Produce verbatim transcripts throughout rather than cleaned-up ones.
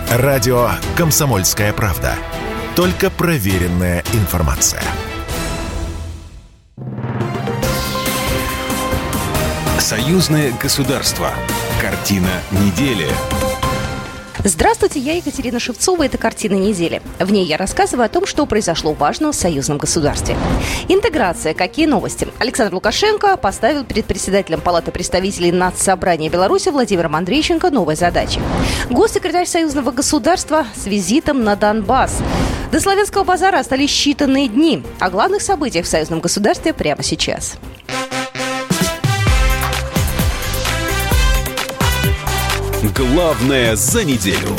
Радио «Комсомольская правда». Только проверенная информация. Союзное государство. Картина недели. Здравствуйте, я Екатерина Шевцова. Это «Картина недели». В ней я рассказываю о том, что произошло важного в союзном государстве. Интеграция. Какие новости? Александр Лукашенко поставил перед председателем Палаты представителей Нацсобрания Беларуси Владимиром Андрейченко новые задачи. Госсекретарь союзного государства с визитом на Донбасс. До Славянского базара остались считанные дни. О главных событиях в союзном государстве прямо сейчас. Главное за неделю.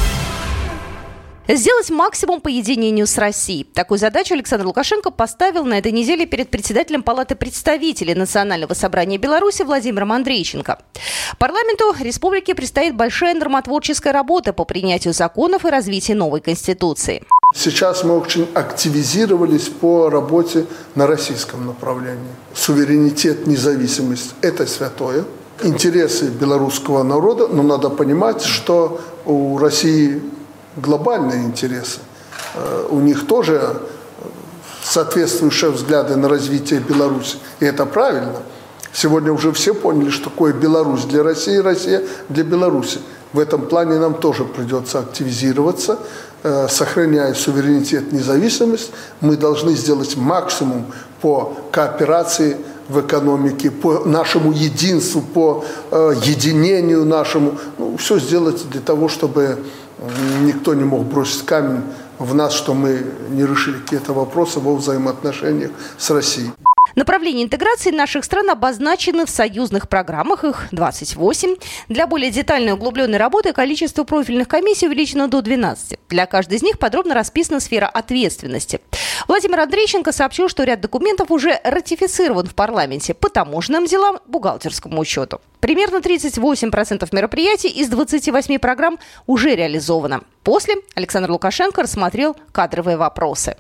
Сделать максимум по единению с Россией. Такую задачу Александр Лукашенко поставил на этой неделе перед председателем Палаты представителей Национального собрания Беларуси Владимиром Андрейченко. Парламенту республики предстоит большая нормотворческая работа по принятию законов и развитию новой Конституции. Сейчас мы очень активизировались по работе на российском направлении. Суверенитет, независимость – это святое. Интересы белорусского народа, но надо понимать, что у России глобальные интересы. У них тоже соответствующие взгляды на развитие Беларуси. И это правильно. Сегодня уже все поняли, что такое Беларусь для России, Россия для Беларуси. В этом плане нам тоже придется активизироваться, сохраняя суверенитет, независимость. Мы должны сделать максимум по кооперации в экономике, по нашему единству, по э, единению нашему. Ну, все сделать для того, чтобы никто не мог бросить камень в нас, что мы не решили какие-то вопросы во взаимоотношениях с Россией. Направления интеграции наших стран обозначены в союзных программах, их двадцать восемь. Для более детальной и углубленной работы количество профильных комиссий увеличено до двенадцати. Для каждой из них подробно расписана сфера ответственности. Владимир Андрейченко сообщил, что ряд документов уже ратифицирован в парламенте по таможенным делам, бухгалтерскому учету. Примерно тридцать восемь процентов мероприятий из двадцати восьми программ уже реализовано. После Александр Лукашенко рассмотрел кадровые вопросы.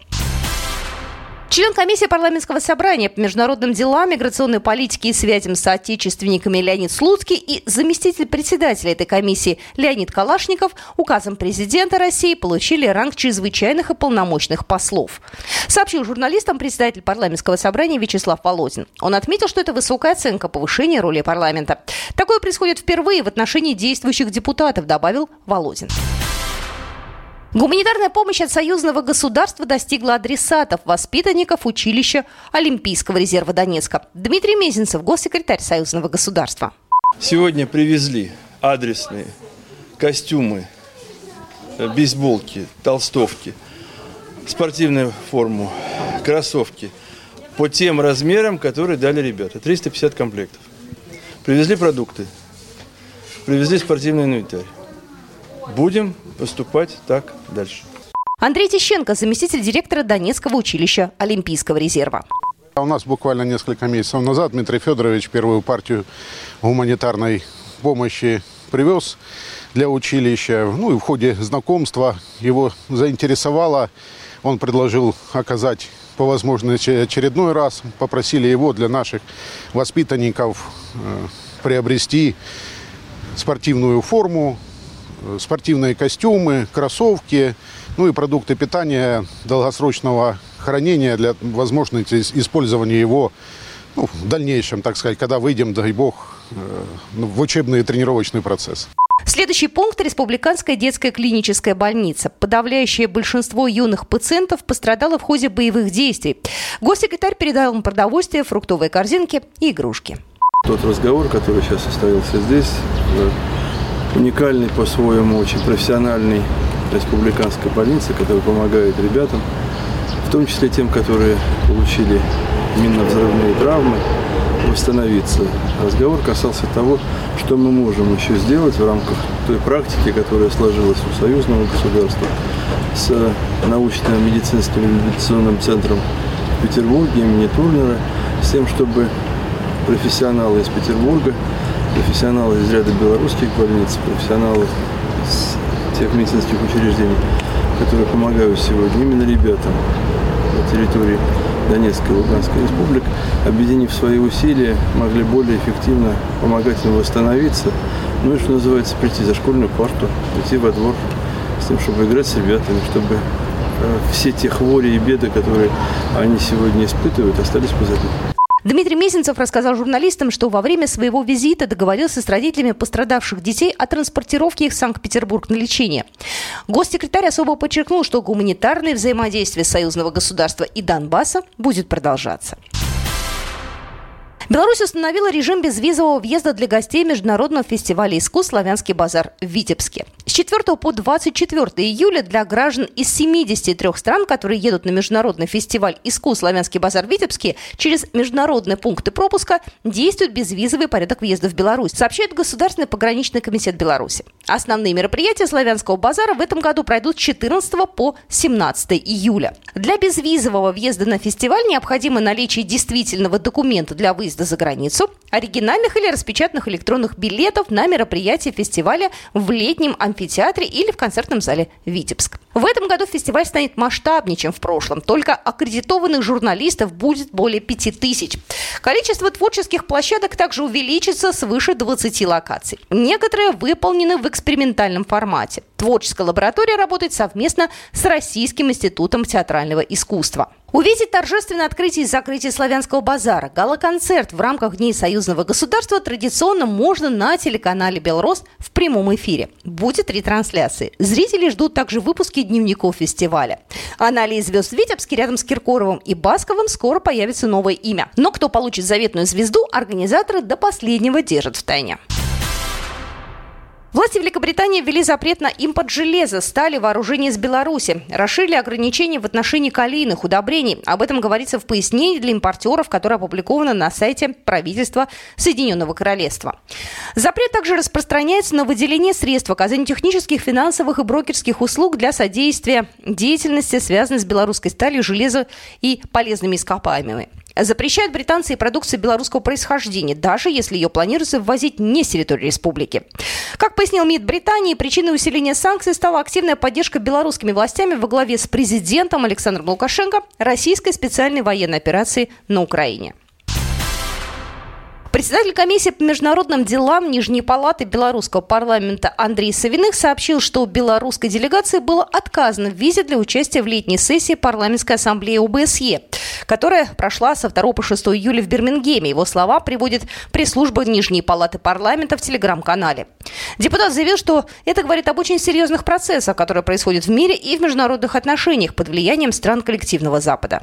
Член комиссии парламентского собрания по международным делам, миграционной политике и связям с соотечественниками Леонид Слуцкий и заместитель председателя этой комиссии Леонид Калашников указом президента России получили ранг чрезвычайных и полномочных послов. Сообщил журналистам председатель парламентского собрания Вячеслав Володин. Он отметил, что это высокая оценка повышения роли парламента. Такое происходит впервые в отношении действующих депутатов, добавил Володин. Гуманитарная помощь от союзного государства достигла адресатов, воспитанников училища Олимпийского резерва Донецка. Дмитрий Мезенцев, госсекретарь союзного государства. Сегодня привезли адресные костюмы, бейсболки, толстовки, спортивную форму, кроссовки по тем размерам, которые дали ребята. триста пятьдесят комплектов. Привезли продукты, привезли спортивный инвентарь. Будем поступать так дальше. Андрей Тищенко, заместитель директора Донецкого училища Олимпийского резерва. У нас буквально несколько месяцев назад Дмитрий Федорович первую партию гуманитарной помощи привез для училища. Ну и в ходе знакомства его заинтересовало. Он предложил оказать по возможности очередной раз. Попросили его для наших воспитанников э, приобрести спортивную форму, спортивные костюмы, кроссовки, ну и продукты питания долгосрочного хранения для возможности использования его ну, в дальнейшем, так сказать, когда выйдем, дай бог, в учебный и тренировочный процесс. Следующий пункт – Республиканская детская клиническая больница. Подавляющее большинство юных пациентов пострадало в ходе боевых действий. Госсекретарь передал им продовольствие, фруктовые корзинки и игрушки. Тот разговор, который сейчас состоялся здесь, уникальный по-своему, очень профессиональный республиканской больницы, которая помогает ребятам, в том числе тем, которые получили минно-взрывные травмы, восстановиться. Разговор касался того, что мы можем еще сделать в рамках той практики, которая сложилась у союзного государства с научным медицинским реабилитационным центром в Петербурге имени Турнера, с тем, чтобы профессионалы из Петербурга, профессионалы из ряда белорусских больниц, профессионалы из тех медицинских учреждений, которые помогают сегодня именно ребятам на территории Донецкой и Луганской республик, объединив свои усилия, могли более эффективно помогать им восстановиться, ну и, что называется, прийти за школьную парту, прийти во двор тем, чтобы играть с ребятами, чтобы все те хвори и беды, которые они сегодня испытывают, остались позади. Дмитрий Мезенцев рассказал журналистам, что во время своего визита договорился с родителями пострадавших детей о транспортировке их в Санкт-Петербург на лечение. Госсекретарь особо подчеркнул, что гуманитарное взаимодействие союзного государства и Донбасса будет продолжаться. Беларусь установила режим безвизового въезда для гостей международного фестиваля искусств «Славянский базар» в Витебске. С четвёртого по двадцать четвёртое июля для граждан из семидесяти трёх стран, которые едут на международный фестиваль искусств «Славянский базар» в Витебске, через международные пункты пропуска действует безвизовый порядок въезда в Беларусь, сообщает Государственный пограничный комитет Беларуси. Основные мероприятия «Славянского базара» в этом году пройдут с четырнадцатого по семнадцатое июля. Для безвизового въезда на фестиваль необходимо наличие действительного документа для выезда за границу, оригинальных или распечатанных электронных билетов на мероприятие фестиваля в летнем амфитеатре или в концертном зале Витебск. В этом году фестиваль станет масштабнее, чем в прошлом. Только аккредитованных журналистов будет более пяти тысяч. Количество творческих площадок также увеличится свыше двадцати локаций. Некоторые выполнены в экспериментальном формате. Творческая лаборатория работает совместно с Российским институтом театрального искусства. Увидеть торжественное открытие и закрытие Славянского базара, гала-концерт в рамках Дней союзного государства традиционно можно на телеканале «Белрос» в прямом эфире. Будет три трансляции. Зрители ждут также выпуски дневников фестиваля. А на «Аллее звезд» в Витебске рядом с Киркоровым и Басковым скоро появится новое имя. Но кто получит заветную звезду, организаторы до последнего держат в тайне. Власти Великобритании ввели запрет на импорт железа, стали, вооружения из Беларуси, расширили ограничения в отношении калийных удобрений. Об этом говорится в пояснении для импортеров, которое опубликовано на сайте правительства Соединенного Королевства. Запрет также распространяется на выделение средств, оказание технических, финансовых и брокерских услуг для содействия деятельности, связанной с белорусской сталью, железом и полезными ископаемыми. Запрещают британцы и продукцию белорусского происхождения, даже если ее планируется ввозить не с территории республики. Как пояснил МИД Британии, причиной усиления санкций стала активная поддержка белорусскими властями во главе с президентом Александром Лукашенко российской специальной военной операции на Украине. Председатель комиссии по международным делам Нижней палаты белорусского парламента Андрей Савиных сообщил, что белорусской делегации было отказано в визе для участия в летней сессии парламентской ассамблеи о бэ эс е, которая прошла со второго по шестое июля в Бирмингеме. Его слова приводит пресс-служба Нижней палаты парламента в телеграм-канале. Депутат заявил, что это говорит об очень серьезных процессах, которые происходят в мире и в международных отношениях под влиянием стран коллективного Запада.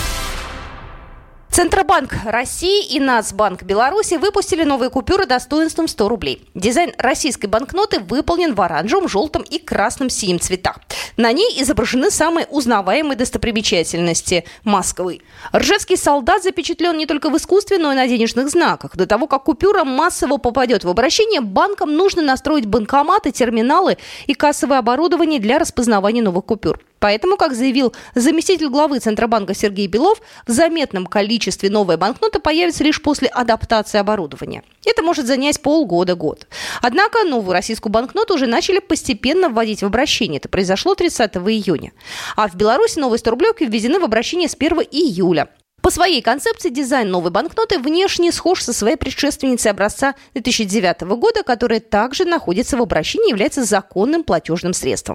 Центробанк России и Нацбанк Беларуси выпустили новые купюры достоинством сто рублей. Дизайн российской банкноты выполнен в оранжевом, желтом и красном синем цветах. На ней изображены самые узнаваемые достопримечательности Москвы. Ржевский солдат запечатлен не только в искусстве, но и на денежных знаках. До того, как купюра массово попадет в обращение, банкам нужно настроить банкоматы, терминалы и кассовое оборудование для распознавания новых купюр. Поэтому, как заявил заместитель главы Центробанка Сергей Белов, в заметном количестве новая банкнота появится лишь после адаптации оборудования. Это может занять полгода-год. Однако новую российскую банкноту уже начали постепенно вводить в обращение. Это произошло тридцатого июня. А в Беларуси новые сторублевки введены в обращение с первого июля. По своей концепции дизайн новой банкноты внешне схож со своей предшественницей образца две тысячи девятого года, которая также находится в обращении и является законным платежным средством.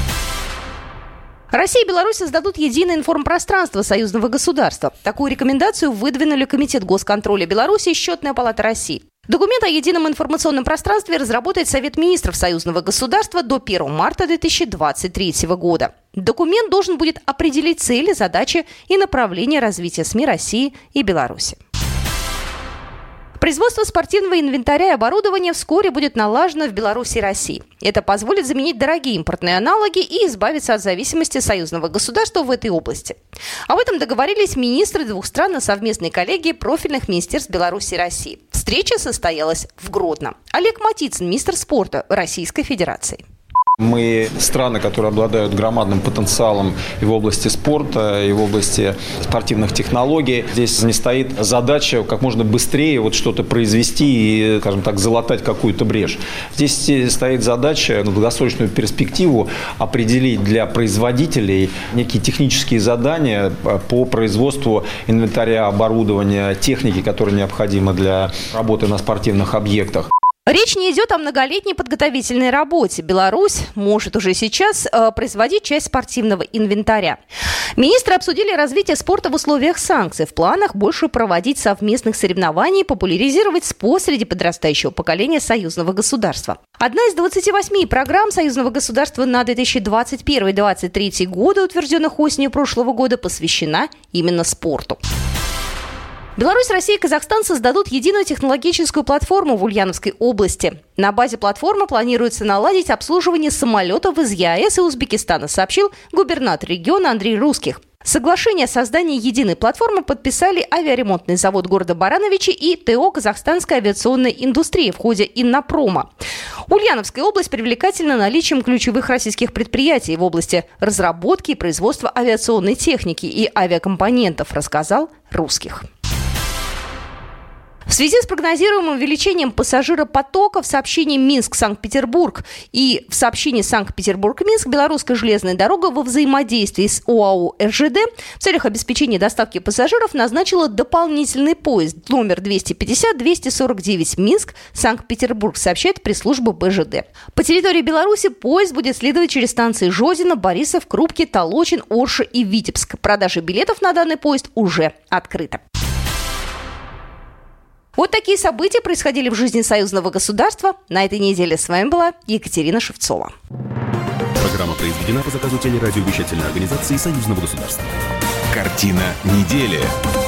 Россия и Беларусь создадут единое информпространство союзного государства. Такую рекомендацию выдвинули Комитет госконтроля Беларуси и Счетная палата России. Документ о едином информационном пространстве разработает Совет министров союзного государства до первого марта две тысячи двадцать третьего года. Документ должен будет определить цели, задачи и направления развития СМИ России и Беларуси. Производство спортивного инвентаря и оборудования вскоре будет налажено в Беларуси и России. Это позволит заменить дорогие импортные аналоги и избавиться от зависимости союзного государства в этой области. Об этом договорились министры двух стран на совместной коллегии профильных министерств Беларуси и России. Встреча состоялась в Гродно. Олег Матицын, министр спорта Российской Федерации. Мы страны, которые обладают громадным потенциалом и в области спорта, и в области спортивных технологий. Здесь не стоит задача как можно быстрее вот что-то произвести и, скажем так, залатать какую-то брешь. Здесь стоит задача на долгосрочную перспективу определить для производителей некие технические задания по производству инвентаря, оборудования, техники, которые необходимы для работы на спортивных объектах. Речь не идет о многолетней подготовительной работе. Беларусь может уже сейчас э, производить часть спортивного инвентаря. Министры обсудили развитие спорта в условиях санкций. В планах больше проводить совместных соревнований и популяризировать спорт среди подрастающего поколения союзного государства. Одна из двадцати восьми программ союзного государства на две тысячи двадцать первый — две тысячи двадцать третий годы, утвержденных осенью прошлого года, посвящена именно спорту. Беларусь, Россия и Казахстан создадут единую технологическую платформу в Ульяновской области. На базе платформы планируется наладить обслуживание самолетов из ЕАЭС и Узбекистана, сообщил губернатор региона Андрей Русских. Соглашение о создании единой платформы подписали авиаремонтный завод города Барановичи и ТО «Казахстанская авиационная индустрия» в ходе Иннопрома. Ульяновская область привлекательна наличием ключевых российских предприятий в области разработки и производства авиационной техники и авиакомпонентов, рассказал Русских. В связи с прогнозируемым увеличением пассажиропотока в сообщении Минск-Санкт-Петербург и в сообщении Санкт-Петербург-Минск белорусская железная дорога во взаимодействии с ОАО эр жэ дэ в целях обеспечения доставки пассажиров назначила дополнительный поезд номер двести пятьдесят двести сорок девять Минск-Санкт-Петербург, сообщает пресс-служба бэ жэ дэ. По территории Беларуси поезд будет следовать через станции Жодино, Борисов, Крупки, Толочин, Орша и Витебск. Продажа билетов на данный поезд уже открыта. Вот такие события происходили в жизни союзного государства. На этой неделе с вами была Екатерина Шевцова. Программа произведена по заказу телерадиовещательной организации союзного государства. Картина недели.